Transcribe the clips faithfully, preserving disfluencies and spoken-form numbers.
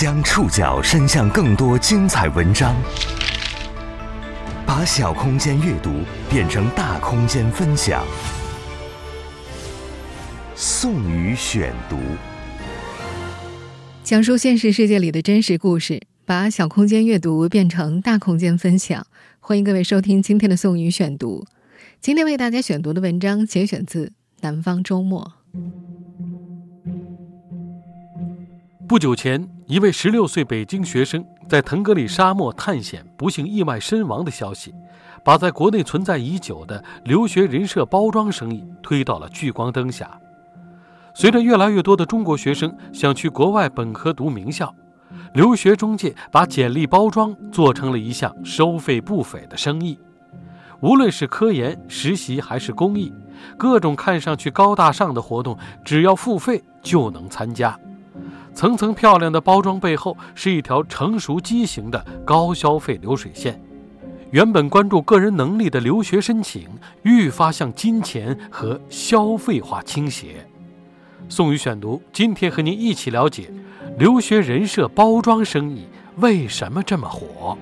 将触角伸向更多精彩文章，把小空间阅读变成大空间分享。宋宇选读， 讲述现实世界里的真实故事，把小空间阅读变成大空间分享。欢迎各位收听今天的宋宇选读。今天为大家选读的文章节选自《南方周末》。 不久前，一位十六岁北京学生在腾格里沙漠探险不幸意外身亡的消息，把在国内存在已久的留学人设包装生意推到了聚光灯下。随着越来越多的中国学生想去国外本科读名校，留学中介把简历包装做成了一项收费不菲的生意。无论是科研、实习还是公益，各种看上去高大上的活动，只要付费就能参加。层层漂亮的包装背后，是一条成熟畸形的高消费流水线。原本关注个人能力的留学申请，愈发向金钱和消费化倾斜。宋宇选读，今天和您一起了解留学人设包装生意为什么这么火。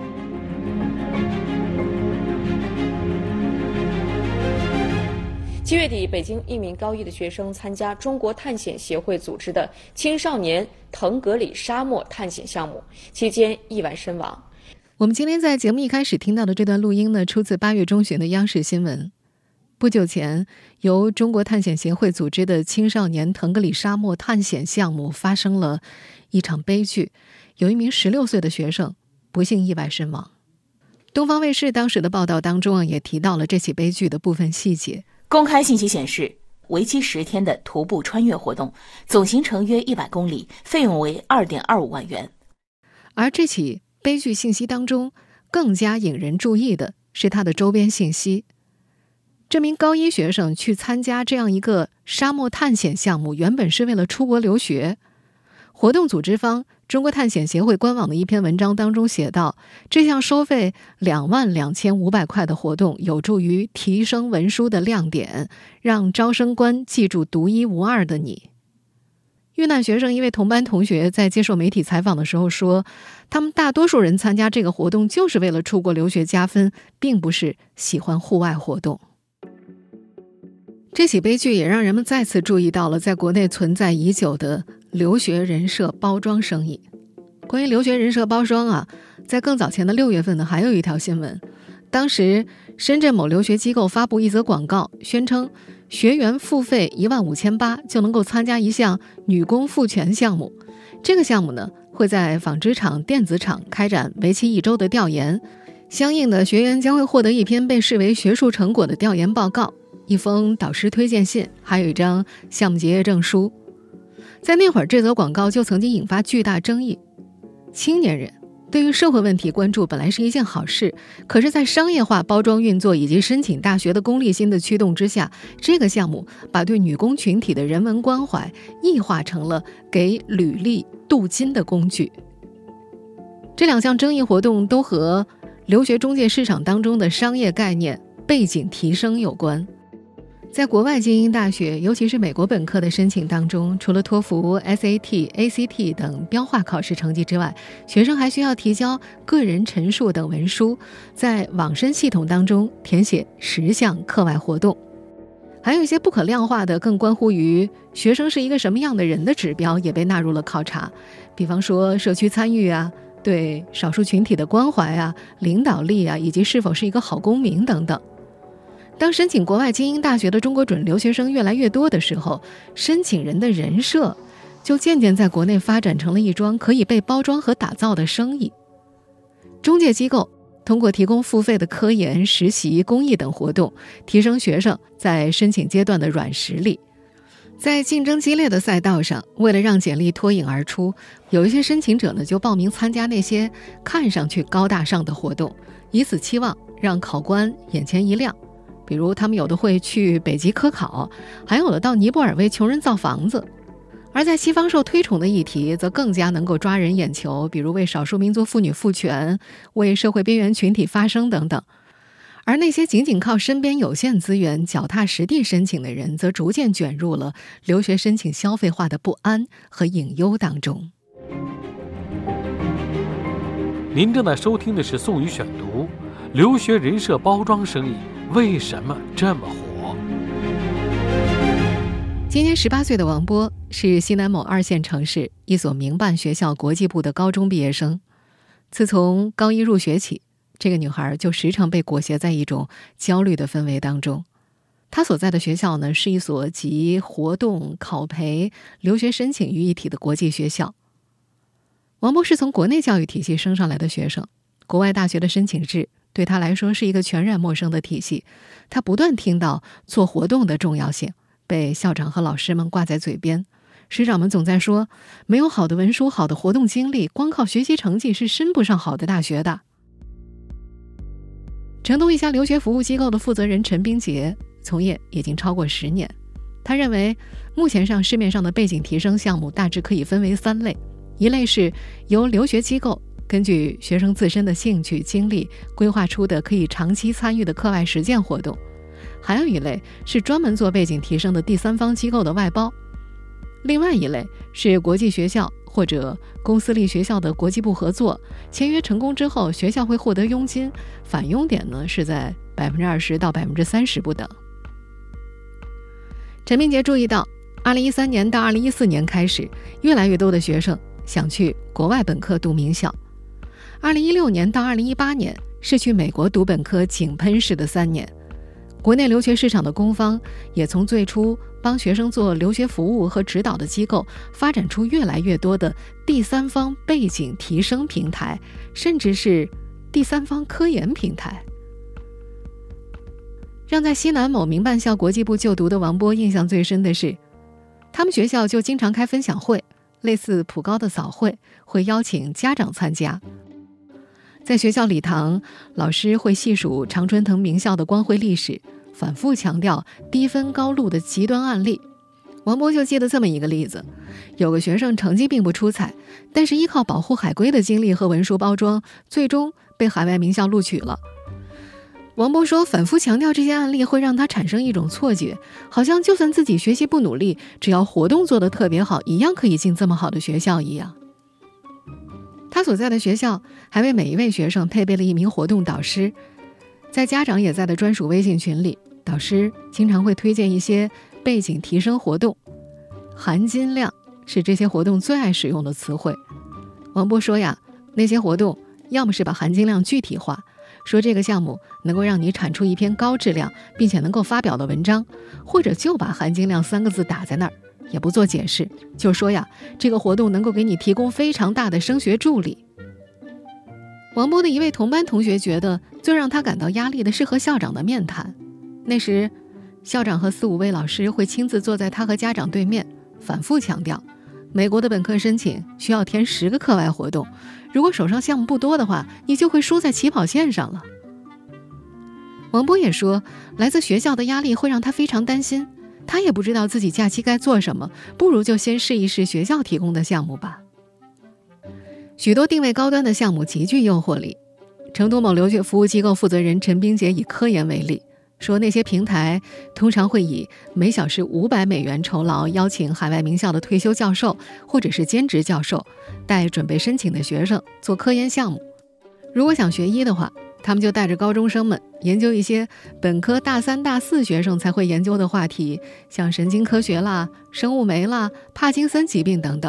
七月底，北京一名高一的学生参加中国探险协会组织的青少年腾格里沙漠探险项目，期间意外身亡。 我们今天在节目一开始听到的这段录音呢，出自八月中旬的央视新闻。不久前，由中国探险协会组织的青少年腾格里沙漠探险项目发生了一场悲剧，有一名十六岁的学生不幸意外身亡。东方卫视当时的报道当中啊，也提到了这起悲剧的部分细节。 公开信息显示，为期十天的徒步穿越活动，总行程约一百公里，费用为 二点二五万元。 而这起悲剧信息当中，更加引人注意的是它的周边信息。这名高一学生去参加这样一个沙漠探险项目，原本是为了出国留学。活动组织方中国探险协会官网的一篇文章当中写道，这项收费两万两千五百块的活动有助于提升文书的亮点，让招生官记住独一无二的你。遇难学生一位同班同学在接受媒体采访的时候说，他们大多数人参加这个活动就是为了出国留学加分，并不是喜欢户外活动。这起悲剧也让人们再次注意到了在国内存在已久的留学人设包装生意。关于留学人设包装啊，在更早前的六月份呢，还有一条新闻。当时深圳某留学机构发布一则广告，宣称学员付费一万五千八就能够参加一项女工赋权项目。这个项目呢，会在纺织厂、电子厂开展为期一周的调研，相应的学员将会获得一篇被视为学术成果的调研报告，一封导师推荐信，还有一张项目结业证书。在那会儿，这则广告就曾经引发巨大争议。青年人对于社会问题关注本来是一件好事，可是在商业化包装运作以及申请大学的功利心的驱动之下，这个项目把对女工群体的人文关怀异化成了给履历镀金的工具。这两项争议活动都和留学中介市场当中的商业概念背景提升有关。在国外精英大学，尤其是美国本科的申请当中，除了托福、S A T、A C T 等标化考试成绩之外，学生还需要提交个人陈述等文书，在网申系统当中填写十项课外活动。还有一些不可量化的，更关乎于学生是一个什么样的人的指标也被纳入了考察，比方说社区参与啊，对少数群体的关怀啊，领导力啊，以及是否是一个好公民等等。当申请国外精英大学的中国准留学生越来越多的时候，申请人的人设就渐渐在国内发展成了一桩可以被包装和打造的生意。中介机构通过提供付费的科研、实习、公益等活动，提升学生在申请阶段的软实力。在竞争激烈的赛道上，为了让简历脱颖而出，有一些申请者呢就报名参加那些看上去高大上的活动，以此期望让考官眼前一亮。比如他们有的会去北极科考，还有的到尼泊尔为穷人造房子。而在西方受推崇的议题则更加能够抓人眼球，比如为少数民族妇女赋权，为社会边缘群体发声等等。而那些仅仅靠身边有限资源脚踏实地申请的人，则逐渐卷入了留学申请消费化的不安和隐忧当中。 您正在收听的是宋宇选读，留学人设包装生意为什么这么火？ 今年十八岁的王波是西南某二线城市一所民办学校国际部的高中毕业生。自从高一入学起，这个女孩就时常被裹挟在一种焦虑的氛围当中。她所在的学校呢，是一所集活动、考培、留学申请于一体的国际学校。王波是从国内教育体系升上来的学生，国外大学的申请制对他来说是一个全然陌生的体系。他不断听到做活动的重要性，被校长和老师们挂在嘴边。师长们总在说，没有好的文书、好的活动经历，光靠学习成绩是升不上好的大学的。成都一家留学服务机构的负责人陈冰杰从业已经超过十年。他认为，目前上市面上的背景提升项目大致可以分为三类。一类是由留学机构根据学生自身的兴趣经历规划出的可以长期参与的课外实践活动，还有一类是专门做背景提升的第三方机构的外包，另外一类是国际学校或者公私立学校的国际部合作，签约成功之后学校会获得佣金，返佣点呢是在 百分之二十 到 百分之三十 不等。陈明杰注意到，二零一三年到二零一四年开始，越来越多的学生想去国外本科读名校。二零一六年到二零一八年是去美国读本科井喷式的三年。国内留学市场的攻方也从最初帮学生做留学服务和指导的机构，发展出越来越多的第三方背景提升平台，甚至是第三方科研平台。让在西南某民办校国际部就读的王波印象最深的是，他们学校就经常开分享会，类似普高的早会，会邀请家长参加。在学校礼堂，老师会细数常春藤名校的光辉历史，反复强调低分高录的极端案例。王波就记得这么一个例子，有个学生成绩并不出彩，但是依靠保护海归的经历和文书包装，最终被海外名校录取了。王波说，反复强调这些案例会让他产生一种错觉，好像就算自己学习不努力，只要活动做得特别好，一样可以进这么好的学校一样。他所在的学校还为每一位学生配备了一名活动导师，在家长也在的专属微信群里，导师经常会推荐一些背景提升活动，含金量是这些活动最爱使用的词汇。王波说呀，那些活动要么是把含金量具体化，说这个项目能够让你产出一篇高质量并且能够发表的文章，或者就把含金量三个字打在那儿，也不做解释，就说呀，这个活动能够给你提供非常大的升学助力。王波的一位同班同学觉得最让他感到压力的是和校长的面谈。那时校长和四五位老师会亲自坐在他和家长对面，反复强调美国的本科申请需要填十个课外活动，如果手上项目不多的话，你就会输在起跑线上了。王波也说，来自学校的压力会让他非常担心，他也不知道自己假期该做什么，不如就先试一试学校提供的项目吧。许多定位高端的项目极具诱惑力。成都某留学服务机构负责人陈冰杰以科研为例，说那些平台通常会以每小时五百美元酬劳邀请海外名校的退休教授或者是兼职教授带准备申请的学生做科研项目。如果想学医的话，他们就带着高中生们研究一些本科大三大四学生才会研究的话题，像神经科学啦、生物酶啦、帕金森疾病等等。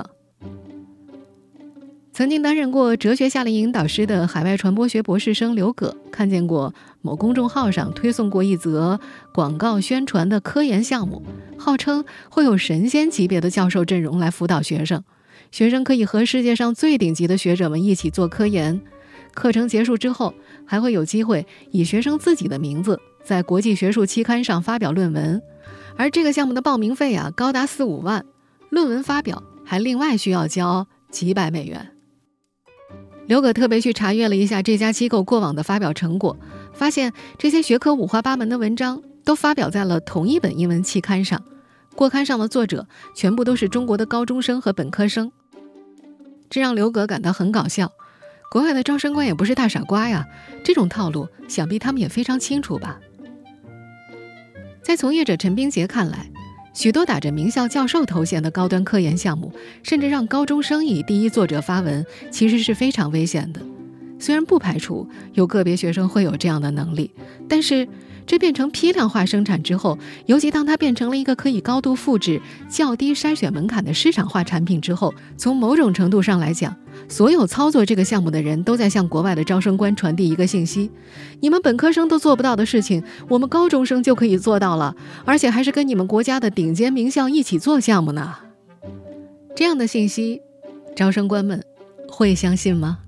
曾经担任过哲学夏令营导师的海外传播学博士生刘葛，看见过某公众号上推送过一则广告宣传的科研项目，号称会有神仙级别的教授阵容来辅导学生，学生可以和世界上最顶级的学者们一起做科研。课程结束之后，还会有机会以学生自己的名字在国际学术期刊上发表论文，而这个项目的报名费啊高达四五万，论文发表还另外需要交几百美元。刘葛特别去查阅了一下这家机构过往的发表成果，发现这些学科五花八门的文章都发表在了同一本英文期刊上，过刊上的作者全部都是中国的高中生和本科生。这让刘葛感到很搞笑，国外的招生官也不是大傻瓜呀，这种套路想必他们也非常清楚吧。在从业者陈冰杰看来，许多打着名校教授头衔的高端科研项目，甚至让高中生以第一作者发文，其实是非常危险的。 虽然不排除有个别学生会有这样的能力，但是这变成批量化生产之后，尤其当它变成了一个可以高度复制、较低筛选门槛的市场化产品之后，从某种程度上来讲，所有操作这个项目的人都在向国外的招生官传递一个信息：你们本科生都做不到的事情，我们高中生就可以做到了，而且还是跟你们国家的顶尖名校一起做项目呢。这样的信息，招生官们会相信吗？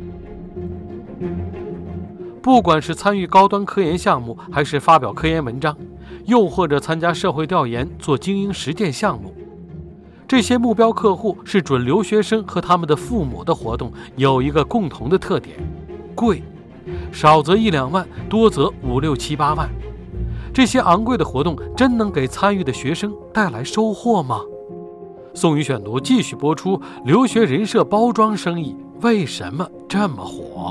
不管是参与高端科研项目，还是发表科研文章，又或者参加社会调研做精英实践项目，这些目标客户是准留学生和他们的父母的活动有一个共同的特点：贵，少则一两万，多则五六七八万。这些昂贵的活动真能给参与的学生带来收获吗？宋宇选读继续播出，留学人设包装生意为什么这么火？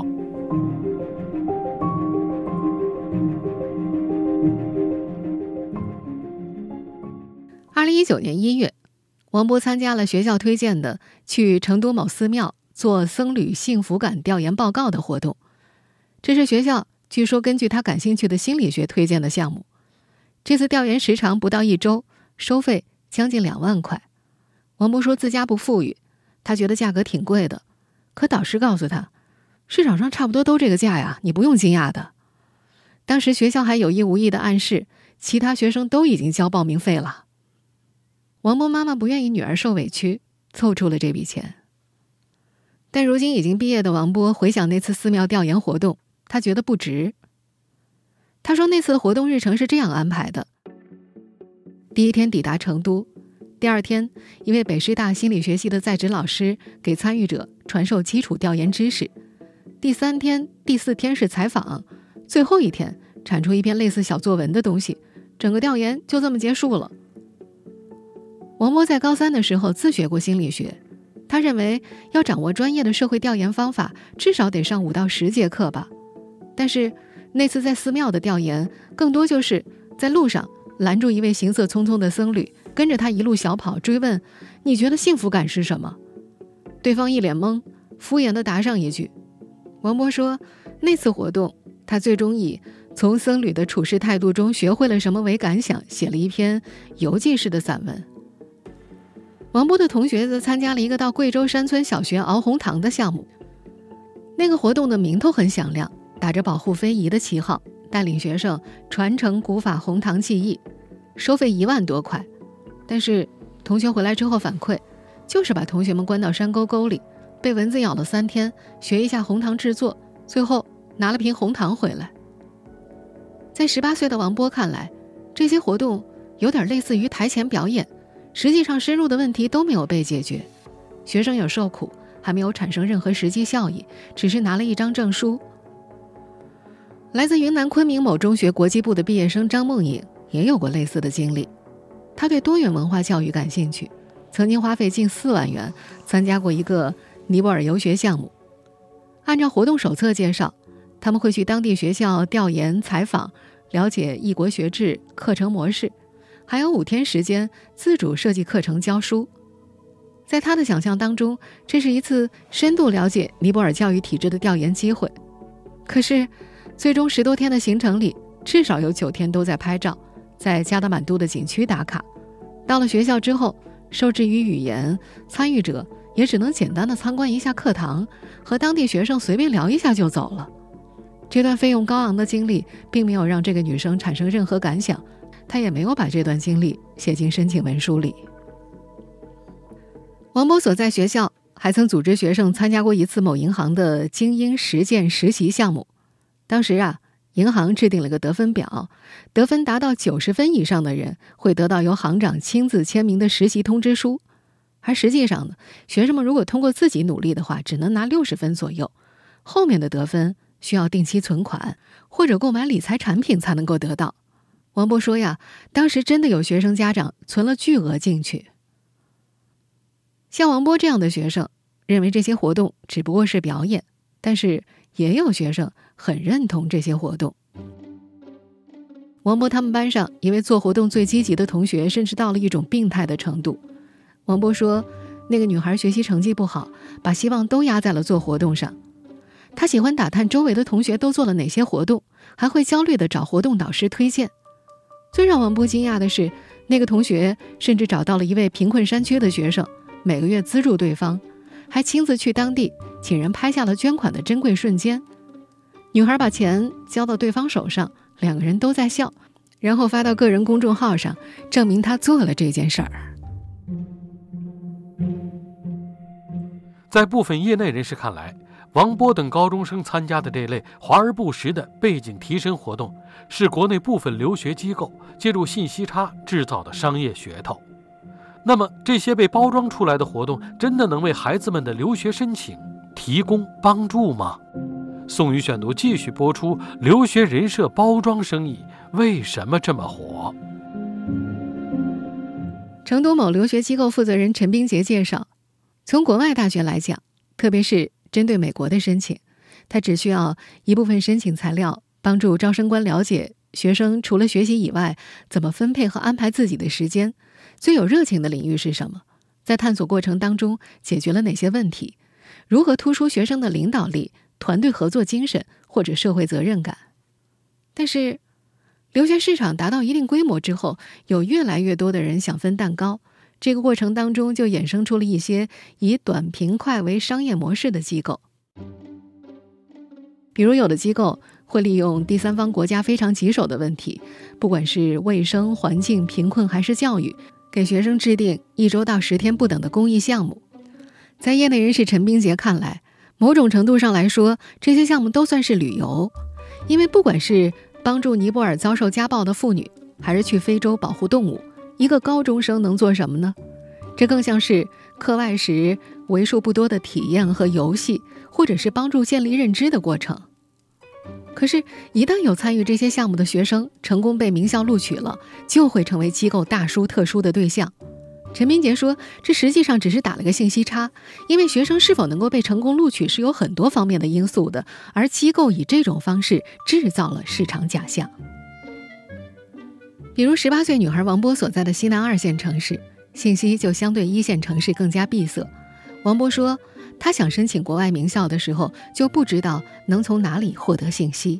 二零一九年一月，王波参加了学校推荐的去成都某寺庙做僧侣幸福感调研报告的活动。这是学校据说根据他感兴趣的心理学推荐的项目。这次调研时长不到一周，收费将近两万块。王波说自家不富裕，他觉得价格挺贵的，可导师告诉他，市场上差不多都这个价呀，你不用惊讶的。当时学校还有意无意的暗示，其他学生都已经交报名费了。王波妈妈不愿意女儿受委屈，凑出了这笔钱。但如今已经毕业的王波回想那次寺庙调研活动，他觉得不值。他说那次的活动日程是这样安排的：第一天抵达成都，第二天一位北师大心理学系的在职老师给参与者传授基础调研知识，第三天、第四天是采访，最后一天产出一篇类似小作文的东西，整个调研就这么结束了。王波在高三的时候自学过心理学，他认为要掌握专业的社会调研方法，至少得上五到十节课吧。但是那次在寺庙的调研，更多就是在路上拦住一位行色匆匆的僧侣，跟着他一路小跑，追问你觉得幸福感是什么？对方一脸懵，敷衍地答上一句。王波说那次活动他最终以从僧侣的处事态度中学会了什么为感想，写了一篇游记式的散文。王波的同学则参加了一个到贵州山村小学熬红糖的项目。那个活动的名头很响亮，打着保护非遗的旗号，带领学生传承古法红糖技艺，收费一万多块。但是同学回来之后反馈，就是把同学们关到山沟沟里，被蚊子咬了三天，学一下红糖制作，最后拿了瓶红糖回来。在十八岁的王波看来，这些活动有点类似于台前表演，实际上深入的问题都没有被解决，学生有受苦，还没有产生任何实际效益，只是拿了一张证书。来自云南昆明某中学国际部的毕业生张梦颖也有过类似的经历。他对多元文化教育感兴趣，曾经花费近四万元参加过一个尼泊尔游学项目。按照活动手册介绍，他们会去当地学校调研采访，了解异国学制、课程模式，还有五天时间自主设计课程教书。在他的想象当中，这是一次深度了解尼泊尔教育体制的调研机会。可是最终十多天的行程里，至少有九天都在拍照，在加德满都的景区打卡。到了学校之后，受制于语言，参与者也只能简单的参观一下课堂，和当地学生随便聊一下就走了。这段费用高昂的经历并没有让这个女生产生任何感想，她也没有把这段经历写进申请文书里。王波所在学校还曾组织学生参加过一次某银行的精英实践实习项目。当时啊，银行制定了个得分表，得分达到九十分以上的人会得到由行长亲自签名的实习通知书。而实际上呢，学生们如果通过自己努力的话，只能拿六十分左右，后面的得分需要定期存款或者购买理财产品才能够得到。王波说呀，当时真的有学生家长存了巨额进去。像王波这样的学生认为这些活动只不过是表演，但是也有学生很认同这些活动。王波他们班上一位做活动最积极的同学，甚至到了一种病态的程度。王波说，那个女孩学习成绩不好，把希望都压在了做活动上。 他喜欢打探周围的同学都做了哪些活动，还会焦虑地找活动导师推荐。最让王波惊讶的是，那个同学甚至找到了一位贫困山区的学生，每个月资助对方，还亲自去当地请人拍下了捐款的珍贵瞬间。女孩把钱交到对方手上，两个人都在笑，然后发到个人公众号上，证明他做了这件事儿。 在部分业内人士看来，王波等高中生参加的这类华而不实的背景提升活动，是国内部分留学机构借助信息差制造的商业噱头。那么，这些被包装出来的活动，真的能为孩子们的留学申请提供帮助吗？宋宇选读继续播出：留学人设包装生意为什么这么火？ 成都某留学机构负责人陈冰杰介绍，从国外大学来讲，特别是针对美国的申请，他只需要一部分申请材料，帮助招生官了解学生除了学习以外，怎么分配和安排自己的时间，最有热情的领域是什么，在探索过程当中解决了哪些问题，如何突出学生的领导力、团队合作精神或者社会责任感。但是留学市场达到一定规模之后，有越来越多的人想分蛋糕，这个过程当中就衍生出了一些以短平快为商业模式的机构。比如有的机构会利用第三方国家非常棘手的问题，不管是卫生、环境、贫困还是教育，给学生制定一周到十天不等的公益项目。在业内人士陈冰杰看来，某种程度上来说，这些项目都算是旅游，因为不管是帮助尼泊尔遭受家暴的妇女，还是去非洲保护动物，一个高中生能做什么呢？这更像是课外时为数不多的体验和游戏，或者是帮助建立认知的过程。可是，一旦有参与这些项目的学生成功被名校录取了，就会成为机构大书特书的对象。陈冰杰说，这实际上只是打了个信息差，因为学生是否能够被成功录取是有很多方面的因素的，而机构以这种方式制造了市场假象。比如十八岁女孩王波所在的西南二线城市，信息就相对一线城市更加闭塞。王波说，他想申请国外名校的时候，就不知道能从哪里获得信息。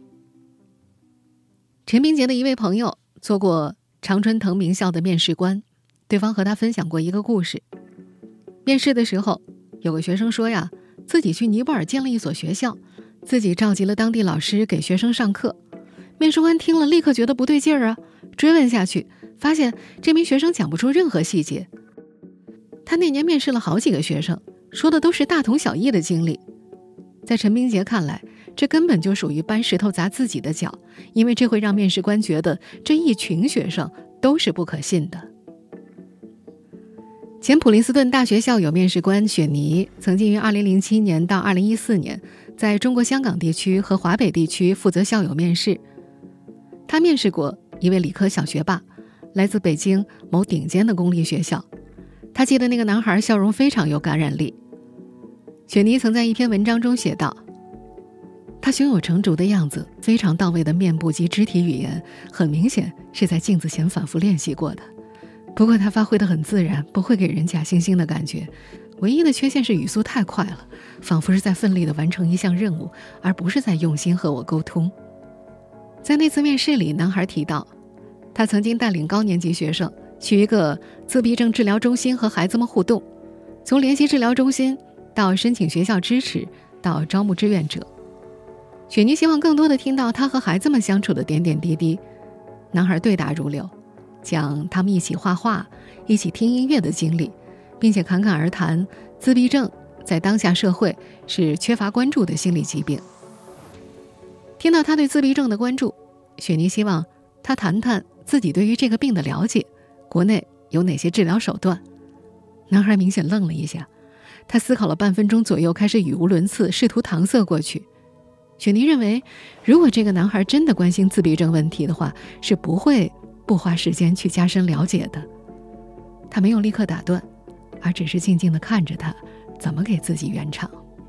陈冰杰的一位朋友做过常春藤名校的面试官，对方和他分享过一个故事。面试的时候，有个学生说呀，自己去尼泊尔建了一所学校，自己召集了当地老师给学生上课。面试官听了立刻觉得不对劲儿啊，追问下去，发现这名学生讲不出任何细节。他那年面试了好几个学生，说的都是大同小异的经历。在陈冰杰看来，这根本就属于搬石头砸自己的脚，因为这会让面试官觉得这一群学生都是不可信的。前普林斯顿大学校友面试官雪妮曾经于二零零七年到二零一四年在中国香港地区和华北地区负责校友面试。他面试过一位理科小学霸，来自北京某顶尖的公立学校。他记得那个男孩笑容非常有感染力。雪妮曾在一篇文章中写道，他胸有成竹的样子，非常到位的面部及肢体语言，很明显是在镜子前反复练习过的。不过他发挥得很自然，不会给人假惺惺的感觉。唯一的缺陷是语速太快了，仿佛是在奋力地完成一项任务，而不是在用心和我沟通。在那次面试里，男孩提到，他曾经带领高年级学生去一个自闭症治疗中心和孩子们互动，从联系治疗中心到申请学校支持，到招募志愿者。雪妮希望更多的听到他和孩子们相处的点点滴滴。男孩对答如流，讲他们一起画画、一起听音乐的经历，并且侃侃而谈自闭症在当下社会是缺乏关注的心理疾病。听到他对自闭症的关注，雪妮希望他谈谈自己对于这个病的了解，国内有哪些治疗手段。男孩明显愣了一下，他思考了半分钟左右，开始语无伦次，试图搪塞过去。雪妮认为，如果这个男孩真的关心自闭症问题的话，是不会不花时间去加深了解的。他没有立刻打断，而只是静静地看着他怎么给自己圆场。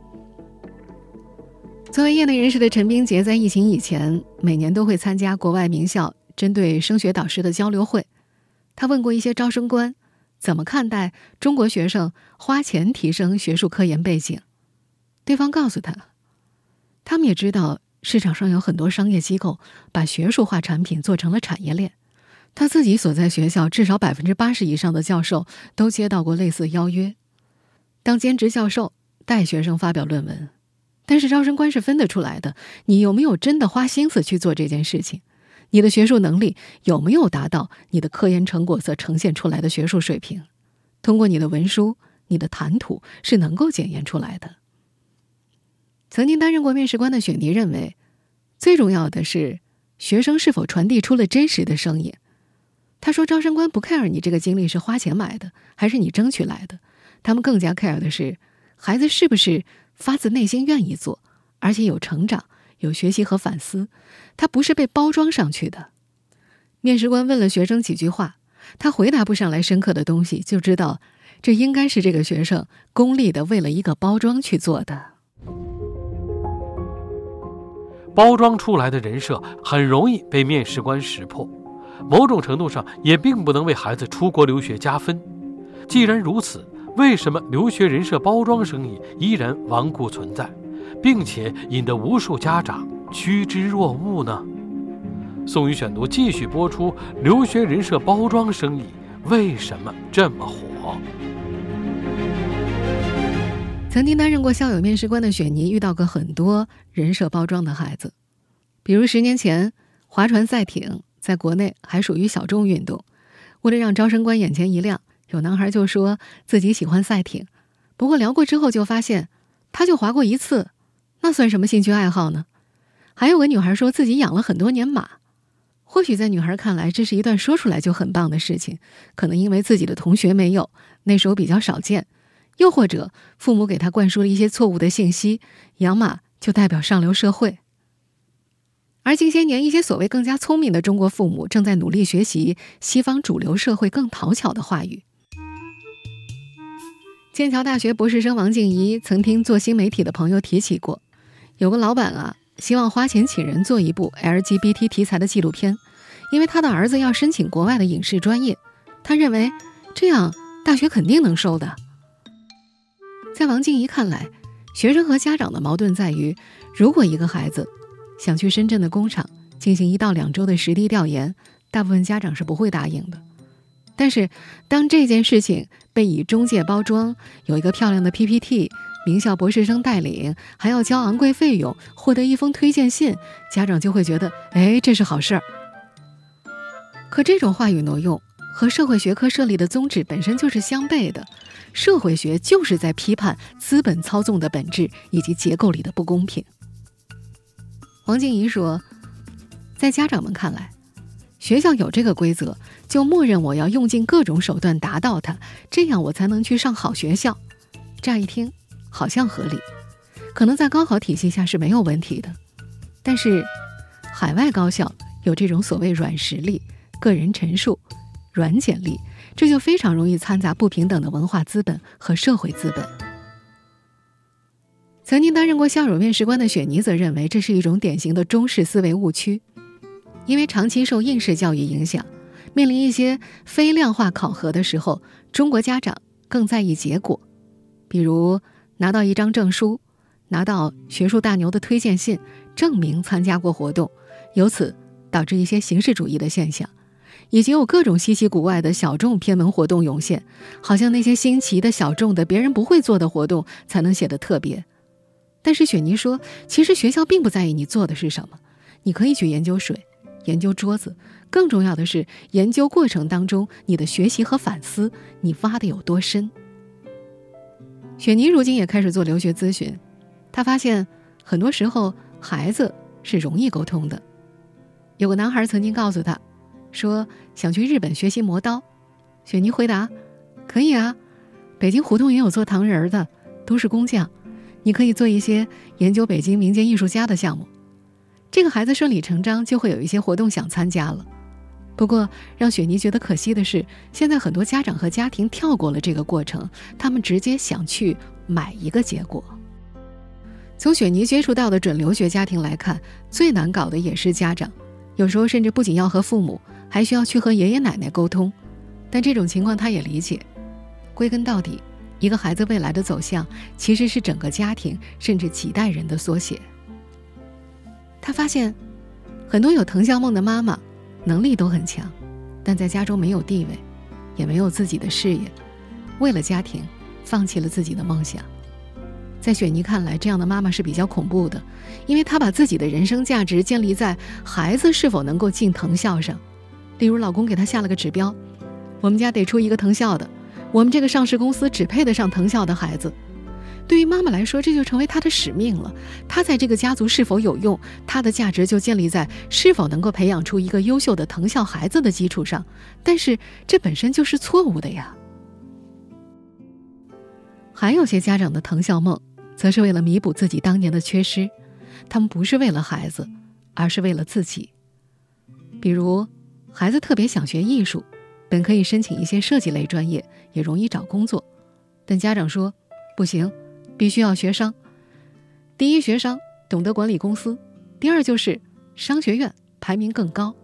作为业内人士的陈冰杰，在疫情以前每年都会参加国外名校针对升学导师的交流会。他问过一些招生官怎么看待中国学生花钱提升学术科研背景，对方告诉他， 他们也知道市场上有很多商业机构把学术化产品做成了产业链。他自己所在学校至少 百分之八十 以上的教授都接到过类似邀约，当兼职教授带学生发表论文。但是招生官是分得出来的，你有没有真的花心思去做这件事情，你的学术能力有没有达到你的科研成果所呈现出来的学术水平，通过你的文书、你的谈吐是能够检验出来的。曾经担任过面试官的雪妮认为，最重要的是学生是否传递出了真实的声音。他说，招生官不 care 你这个经历是花钱买的还是你争取来的，他们更加 care 的是孩子是不是发自内心愿意做，而且有成长、有学习和反思，他不是被包装上去的。面试官问了学生几句话，他回答不上来深刻的东西，就知道这应该是这个学生功利的为了一个包装去做的。 包装出来的人设很容易被面试官识破，某种程度上也并不能为孩子出国留学加分。既然如此，为什么留学人设包装生意依然顽固存在，并且引得无数家长趋之若鹜呢？宋宇选读继续播出，留学人设包装生意为什么这么火？ 曾经担任过校友面试官的雪妮遇到过很多人设包装的孩子，比如十年前划船赛艇在国内还属于小众运动，为了让招生官眼前一亮，有男孩就说自己喜欢赛艇，不过聊过之后就发现他就划过一次，那算什么兴趣爱好呢？还有个女孩说自己养了很多年马，或许在女孩看来这是一段说出来就很棒的事情，可能因为自己的同学没有，那时候比较少见，又或者父母给她灌输了一些错误的信息，养马就代表上流社会。而近些年，一些所谓更加聪明的中国父母正在努力学习西方主流社会更讨巧的话语。剑桥大学博士生王静怡曾听做新媒体的朋友提起过，有个老板啊，希望花钱请人做一部 L G B T 题材的纪录片，因为他的儿子要申请国外的影视专业，他认为这样大学肯定能收的。在王静怡看来，学生和家长的矛盾在于，如果一个孩子想去深圳的工厂进行一到两周的实地调研，大部分家长是不会答应的。但是当这件事情被以中介包装，有一个漂亮的 P P T， 名校博士生带领，还要交昂贵费用，获得一封推荐信，家长就会觉得，哎，这是好事儿。可这种话语挪用和社会学科设立的宗旨本身就是相悖的，社会学就是在批判资本操纵的本质以及结构里的不公平。王静怡说，在家长们看来，学校有这个规则，就默认我要用尽各种手段达到它，这样我才能去上好学校。乍一听好像合理，可能在高考体系下是没有问题的，但是海外高校有这种所谓软实力、个人陈述、软简历，这就非常容易掺杂不平等的文化资本和社会资本。曾经担任过校友面试官的雪妮则认为，这是一种典型的中式思维误区。因为长期受应试教育影响，面临一些非量化考核的时候，中国家长更在意结果，比如拿到一张证书，拿到学术大牛的推荐信，证明参加过活动，由此导致一些形式主义的现象，以及有各种稀奇古怪的小众偏门活动涌现，好像那些新奇的小众的别人不会做的活动才能写得特别。但是雪妮说，其实学校并不在意你做的是什么，你可以去研究水，研究桌子，更重要的是研究过程当中你的学习和反思，你挖得有多深。雪妮如今也开始做留学咨询，她发现很多时候孩子是容易沟通的。有个男孩曾经告诉她说想去日本学习磨刀，雪妮回答，可以啊，北京胡同也有做糖人的，都是工匠，你可以做一些研究北京民间艺术家的项目。这个孩子顺理成章就会有一些活动想参加了。不过让雪妮觉得可惜的是，现在很多家长和家庭跳过了这个过程，他们直接想去买一个结果。从雪妮接触到的准留学家庭来看，最难搞的也是家长，有时候甚至不仅要和父母，还需要去和爷爷奶奶沟通。但这种情况他也理解，归根到底，一个孩子未来的走向其实是整个家庭甚至几代人的缩写。 他发现很多有藤校梦的妈妈能力都很强，但在家中没有地位，也没有自己的事业，为了家庭放弃了自己的梦想。在雪妮看来，这样的妈妈是比较恐怖的，因为她把自己的人生价值建立在孩子是否能够进藤校上。例如老公给她下了个指标，我们家得出一个藤校的，我们这个上市公司只配得上藤校的孩子。对于妈妈来说，这就成为她的使命了。她在这个家族是否有用，她的价值就建立在是否能够培养出一个优秀的藤校孩子的基础上。但是这本身就是错误的呀。还有些家长的藤校梦则是为了弥补自己当年的缺失，他们不是为了孩子，而是为了自己。比如孩子特别想学艺术，本可以申请一些设计类专业，也容易找工作，但家长说不行，必须要学商。第一，学商懂得管理公司；第二，就是商学院排名更高。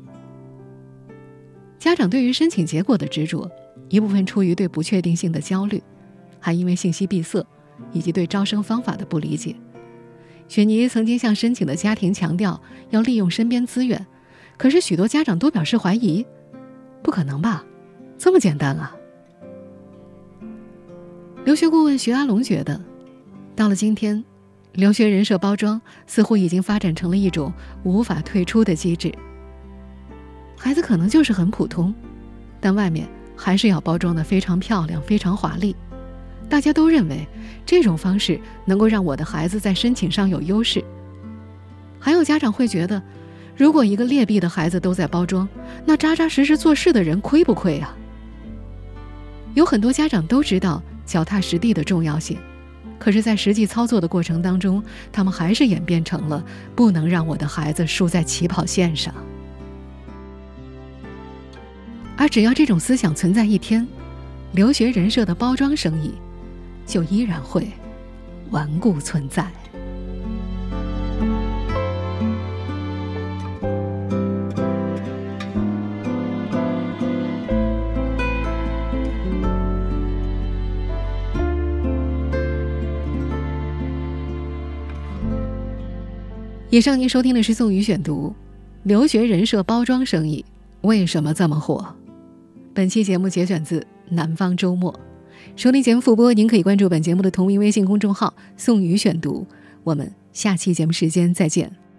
家长对于申请结果的执着，一部分出于对不确定性的焦虑，还因为信息闭塞以及对招生方法的不理解。雪妮曾经向申请的家庭强调要利用身边资源，可是许多家长都表示怀疑，不可能吧，这么简单啊。留学顾问徐阿龙觉得，到了今天，留学人设包装似乎已经发展成了一种无法退出的机制。孩子可能就是很普通，但外面还是要包装得非常漂亮，非常华丽。大家都认为这种方式能够让我的孩子在申请上有优势。还有家长会觉得，如果一个劣币的孩子都在包装，那扎扎实实做事的人亏不亏啊？有很多家长都知道脚踏实地的重要性，可是在实际操作的过程当中，他们还是演变成了不能让我的孩子输在起跑线上。而只要这种思想存在一天，留学人设的包装生意就依然会顽固存在。以上您收听的是宋宇选读，留学人设包装生意为什么这么火？本期节目节选自南方周末。收听节目复播，您可以关注本节目的同名微信公众号宋宇选读。我们下期节目时间再见。